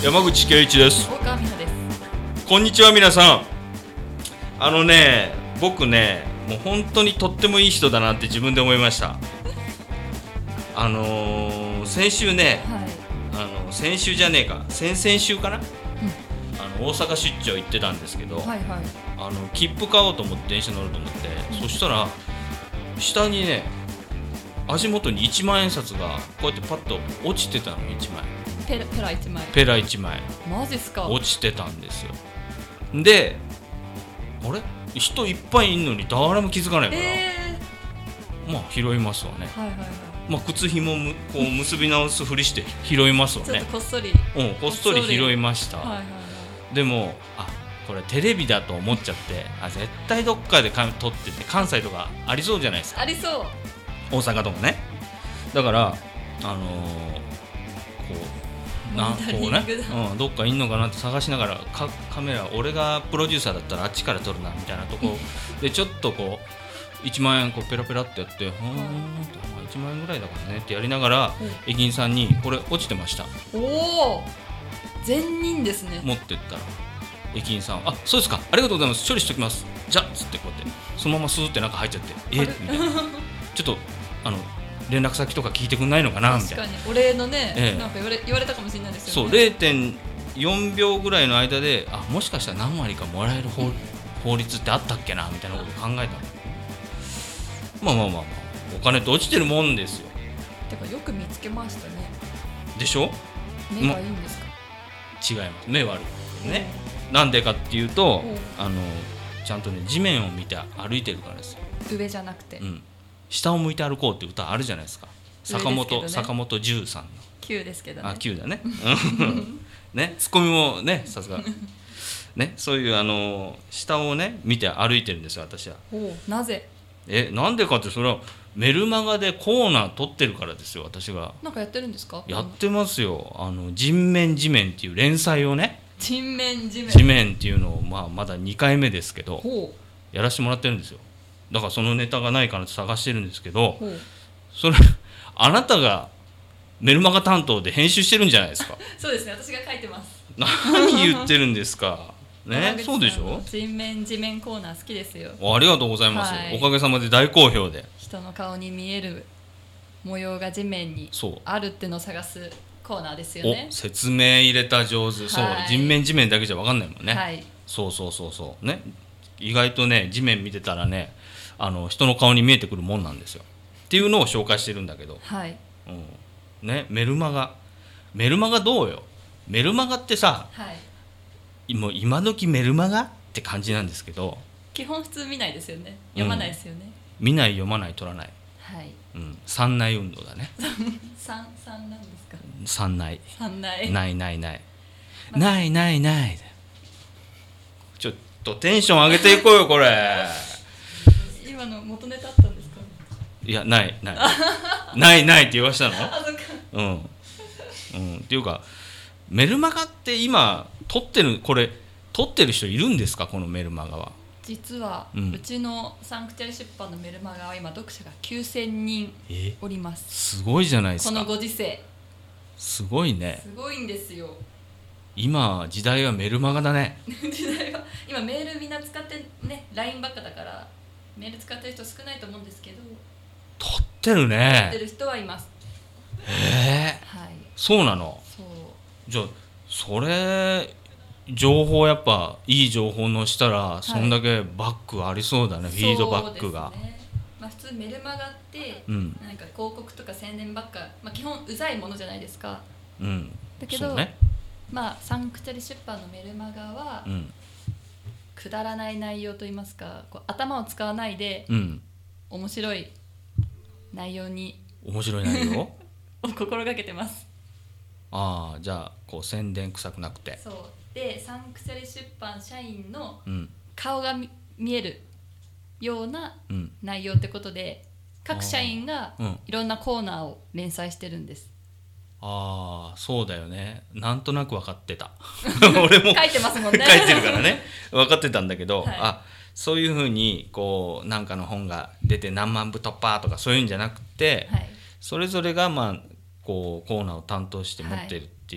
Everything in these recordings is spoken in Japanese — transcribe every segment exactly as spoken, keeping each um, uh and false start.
山口圭一です。 大川美穂です。 こんにちは皆さん。あのね、僕ね、もう本当にとってもいい人だなって自分で思いました。あのー、先週ね、はい、あの先週じゃねえか、先々週かな、うん、あの大阪出張行ってたんですけど、はいはい、あの切符買おうと思って電車乗ると思って、うん、そしたら下にね、足元にいちまん円札がこうやってパッと落ちてたの。いちまいペラ、ペラいちまいペラいちまいマジっすか。 落ちてたんですよ。で、あれ人いっぱいいんのに誰も気づかないから、えー、まあ拾いますわね、はいはいはい、まあ、靴ひもむこう結び直すふりして拾いますわね。 ちょっとこっそり、 うん、こっそり拾いました、はいはいはい、でもあこれテレビだと思っちゃってあ絶対どっかでか撮ってて関西とかありそうじゃないですか。 ありそう。 大阪とかね。だからあのー、こうなこうね、うん、どっかいんのかなって探しながらかカメラ俺がプロデューサーだったらあっちから撮るなみたいなとこでちょっとこういちまん円こうペラペラってやって、うん、いちまん円ぐらいだからねってやりながら、うん、駅員さんにこれ落ちてました。 おお、善人ですね。 持ってったら駅員さんあそうですかありがとうございます処理しておきますじゃっつってこうやってそのままスーって中入っちゃってえみたいなちょっとあの連絡先とか聞いてくんないのかなみたいな。 確かにお礼のね、ええ、なんか言われ、言われたかもしれないですよね。 そう れいてんよんびょうぐらいの間であもしかしたら何割かもらえる 法, 法律ってあったっけなみたいなことを考えたの。まあまあまあまあお金って落ちてるもんですよ。 てかよく見つけましたね。 でしょ。 目がいいんですか。 違います。目悪いね。なんでかっていうとあのちゃんとね地面を見て歩いてるからですよ。 上じゃなくて、うん、 下を向いて歩こうって歌あるじゃないですか。坂本、ね、坂本十さんのきゅうですけどね。 あきゅうだねねツッコミもねさすがねそういうあの下をね見て歩いてるんですよ私は。 おなぜえなんでかってそれはメルマガでコーナー撮ってるからですよ。私がなんかやってるんですか。 やってますよ。あの人面地面っていう連載をね人面地面地面っていうのを、まあ、まだにかいめですけどやらせてもらってるんですよ。だからそのネタがないかなって探してるんですけどそれあなたがメルマガ担当で編集してるんじゃないですか。 そうですね私が書いてます。 何言ってるんですかね。そうでしょ。 人面地面コーナー好きですよ。 ありがとうございます、はい、おかげさまで大好評で人の顔に見える模様が地面にあるってのを探すコーナーですよね。 お説明入れた上手、はい、そう人面地面だけじゃ分かんないもんね、 はい、そうそうそうそうね。意外とね地面見てたらねあの人の顔に見えてくるもんなんですよっていうのを紹介してるんだけど、 はいうんね、メルマガメルマガどうよ。メルマガってさ、はい、もう今時メルマガって感じなんですけど基本普通見ないですよね。読まないですよね、 うん、見ない読まない取らない、 はいうん、三内運動だね三三なんですか。 三内三内ないないない、ま、ないないないちょっとテンション上げていこうよこれ今の元ネタあったんですか。 いやないないないないって言わしたの。 あそっかうん、うん、っていうかメルマガって今撮ってるこれ撮ってる人いるんですかこのメルマガは。 実は、うん、うちのサンクチャリ出版のメルマガは今読者がきゅうせんにんおります。 すごいじゃないですか。 このご時世すごいね。 すごいんですよ。 今時代はメルマガだね時代は今メールみんな使ってね ライン ばっかだからメール使ってる人少ないと思うんですけど撮ってるね。 撮ってる人はいます。 へえ、はい、そうなの。 そうじゃあそれ情報やっぱいい情報のしたらそんだけバックありそうだね、はい、フィードバックが。 そうですね。まあ、普通メルマガって、うん、なんか広告とか宣伝ばっか、まあ、基本うざいものじゃないですか、 うん、 だけど、 ね、 まあ、サンクチャリ出版のメルマガは、うん、くだらない内容といいますかこう頭を使わないで、うん、面白い内容に面白い内容を心がけてます。 ああじゃあこう宣伝臭くなくて。 そうでサンクチャリ出版社員の顔が 見,、うん、見えるような内容ってことで、うん、各社員がいろんなコーナーを連載してるんです。 ああそうだよね。なんとなく分かってた俺も書いてますもんね書いてるからね分かってたんだけど、はい、あそういうふうにこうなんかの本が出て何万部突破とかそういうんじゃなくて、はい、それぞれがまあこうコーナーを担当して持ってるっていう、はい、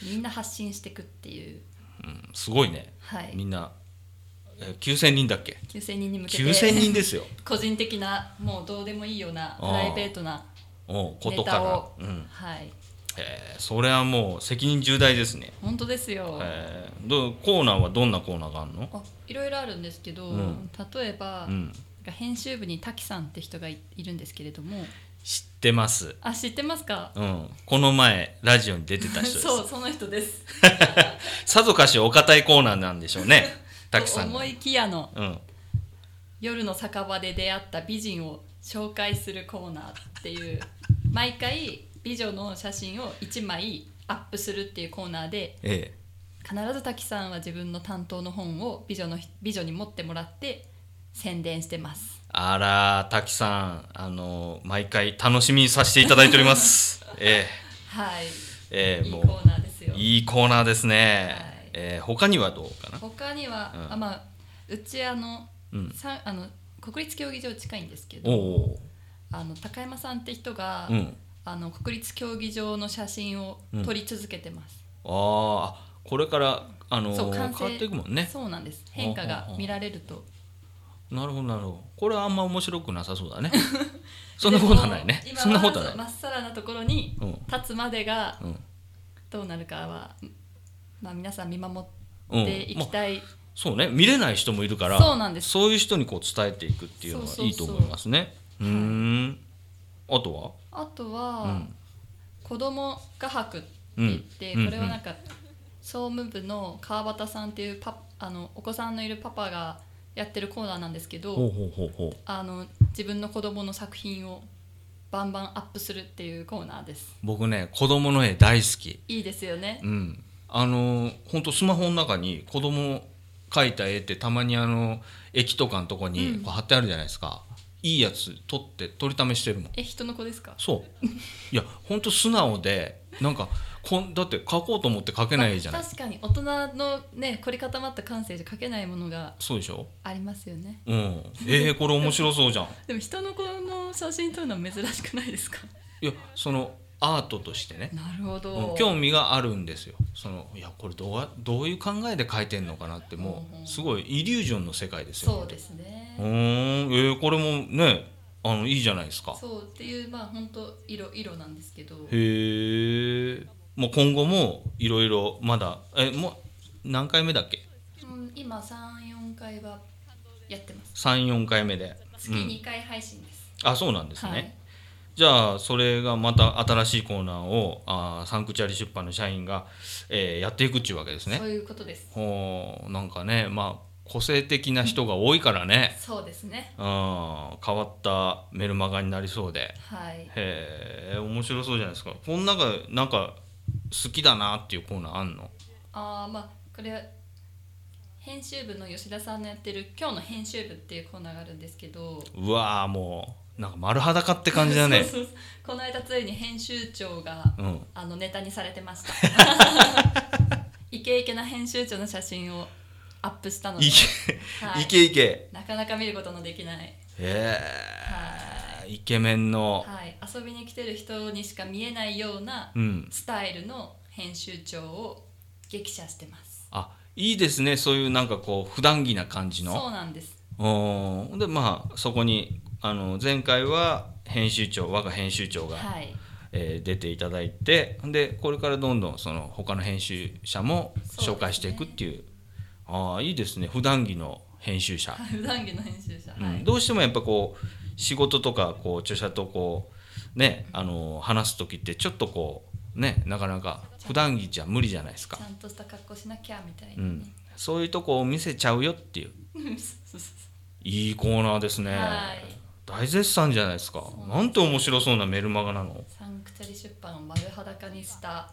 みんな発信していくっていう、 うん、すごいね、 はい、 みんなきゅうせんにんだっけ。 きゅうせんにんに向けてきゅうせんにんですよ個人的なもうどうでもいいようなプライベートなことから、うん、 はい、 えー、それはもう責任重大ですね。 本当ですよ。 えー、どコーナーはどんなコーナーがあるの？ あ、いろいろあるんですけど、うん、例えば、うん、編集部に滝さんって人が い, いるんですけれども。 知ってます。 あ、知ってますか？ うん、この前ラジオに出てた人ですそう、その人ですさぞかしお堅いコーナーなんでしょうね滝さん思いきやの、 うん、 夜の酒場で出会った美人を紹介するコーナーっていう毎回美女の写真をいちまいアップするっていうコーナーで、ええ、必ず滝さんは自分の担当の本を美女の美女に持ってもらって宣伝してます。 あら滝さん、あの毎回楽しみにさせていただいておりますええ、はい、 えー、 いいコーナーですよ。 いいコーナーですね、はい、えー、他にはどうかな。 他には、うん、あ、まあ、うちあの、うん、さあの国立競技場近いんですけど、おあの高山さんって人が、うん、あの国立競技場の写真を撮り続けてます、 うん、ああ、これからあのー、変わっていくもんね。 そうなんです、変化が見られると。 なるほどなるほど。これはあんま面白くなさそうだねそんなことはないね。そんなことはない。 まっさらなところに立つまでがどうなるかは、まあ、皆さん見守っていきたい、うん、まあ、 そうね、見れない人もいるから、 そうなんです。 そういう人にこう伝えていくっていうのはいいと思いますね。そうそうそう、うーん、はい、あとはあとは、うん、子ども画伯って言って、うん、これはなんか、うん、総務部の川端さんっていうパあのお子さんのいるパパがやってるコーナーなんですけど、ほうほうほうほう、あの自分の子供の作品をバンバンアップするっていうコーナーです。 僕ね、子供の絵大好き。 いいですよね。 うん、あの本当スマホの中に子供描いた絵ってたまにあの駅とかのとこにこう貼ってあるじゃないですか、うん、いいやつ撮って撮りためしてるもん。 え、人の子ですか？ そういや本当素直で、なんかこんだって描こうと思って描けないじゃない。 確かに大人のね、凝り固まった感性じゃ描けないものがそうでしょ、 ありますよね。 うん、えー、これ面白そうじゃんでも人の子の写真撮るのは珍しくないですか？ いや、そのアートとしてね。 なるほど、 うん、興味があるんですよ。そのいやこれどうどういう考えで描いてんのかなって、もうすごいイリュージョンの世界ですよ。 そうですね。 うーん、えー、これもね、あのいいじゃないですか。 そうっていう、まあ本当色色なんですけど。 へえ。もう今後もいろいろまだえもう何回目だっけ？ うん、今さん、よんかいはやってます。 さん、よんかいめで月にかい配信です。 うん、あ、そうなんですね。はい、じゃあそれがまた新しいコーナーをあーサンクチュアリ出版の社員が、えー、やっていくっていうわけですね。 そういうことです。 ほう、なんかね、まあ個性的な人が多いからね、 うん、そうですね、 うん、変わったメルマガになりそうで、 はい、 へえ、面白そうじゃないですか。この中なんか好きだなっていうコーナーあんの？ あー、まあこれは編集部の吉田さんのやってる今日の編集部っていうコーナーがあるんですけど、 うわー、もうなんか丸裸って感じだねそうそうそう、この間ついに編集長が、うん、あのネタにされてましたイケイケな編集長の写真をアップしたので、 イケ、はい、イケイケ、 なかなか見ることのできない、へえ、はい、イケメンの、 はい、遊びに来てる人にしか見えないようなスタイルの編集長を激写してます、 うん、あ、いいですね、そういうなんかこう普段着な感じの。 そうなんです。 おで、まあそこにあの前回は編集長、我が編集長が、はい、えー、出ていただいて、でこれからどんどんその他の編集者も紹介していくっていう、ああ、いいですね、普段着の編集者普段着の編集者、 うん、はい、どうしてもやっぱこう仕事とかこう著者とこうね、あの話す時ってちょっとこうね、なかなか普段着じゃ無理じゃないですか。 ちゃんとした格好しなきゃみたいな、ね、 うん、そういうとこを見せちゃうよっていういいコーナーですね、はい、大絶賛じゃないですか。なんて面白そうなメルマガなの。 サンクチャリ出版を丸裸にした、はい、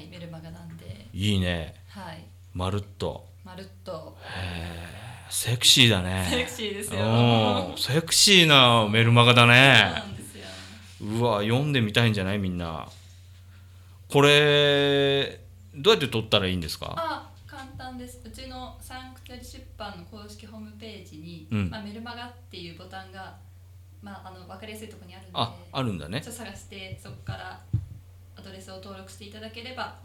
メルマガなんでいいね、 はい、 まるっとまるっと、 へー、セクシーだね。 セクシーですよ。 セクシーなメルマガだね。 そうなんですよ。 うわ、読んでみたいんじゃないみんな。これどうやって撮ったらいいんですか？ あ、簡単です。うちのサンクチャリ出版の公式ホームページに、うん、まあ、メルマガっていうボタンが、まあ、あの分かりやすいところにあるので、 あ、あるんだね。 ちょっと探してそこからアドレスを登録していただければ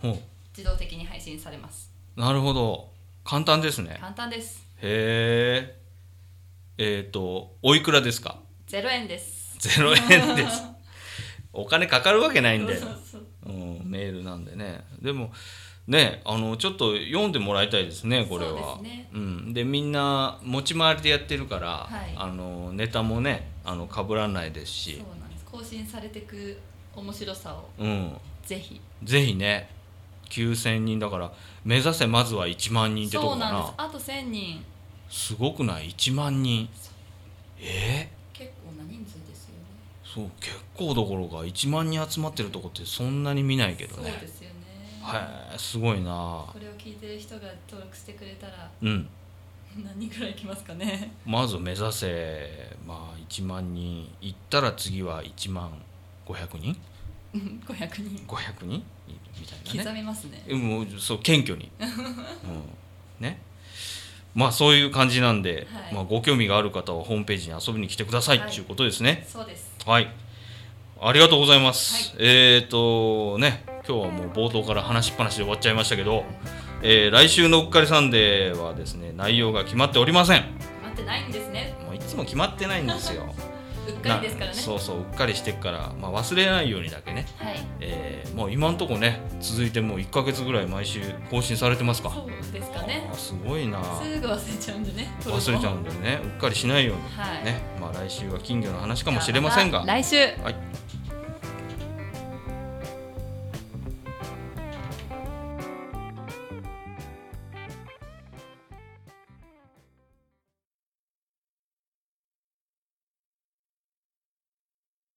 自動的に配信されます。 なるほど、簡単ですね。 簡単です。 へえ。えっとおいくらですか？ ゼロえんです。 ゼロえんですお金かかるわけないんで、 そうそうそう、 うん、メールなんでね。でもね、あのちょっと読んでもらいたいですね、これは。 そうですね。 うん、でみんな持ち回りでやってるから、 はい、 あのネタもね、あの被らないですし。 そうなんです。更新されていく面白さを、 うん、 ぜひぜひね。きゅうせんにんだから目指せまずはいちまんにんってとこかな。 そうなんです。あとせんにん。 すごくない？いちまんにん。えー、結構な人数ですよね。 そう、結構どころかいちまんにん集まってるとこってそんなに見ないけどね。 そうですよね。 はい、すごいな。 これを聞いてる人が登録してくれたら、 うん、 何人くらいいきますかね。 まず目指せ、まあいちまんにんいったら次はいちまんごひゃくにんごひゃくにんごひゃくにんみたいなね。 刻みますね。 もうそう謙虚に、うん、ね。まあそういう感じなんで、はい、まあ、ご興味がある方はホームページに遊びに来てくださいっていうことですね。 そうです。 はい、ありがとうございます。はい、えっとね、今日はもう冒頭から話しっぱなしで終わっちゃいましたけど、はい、えー、来週のうっかりサンデーはですね、内容が決まっておりません。 決まってないんですね。 もういつも決まってないんですようっかりですからね。 そうそう、うっかりしてっから、まあ、忘れないようにだけね、はい、えー、もう今んとこね続いてもういっかげつぐらい毎週更新されてますか。 そうですかね。 あ、すごいな。 すぐ忘れちゃうんでね。 忘れちゃうんでね、うっかりしないように、はい、ね。まあ来週は金魚の話かもしれませんが、 来週、 はい。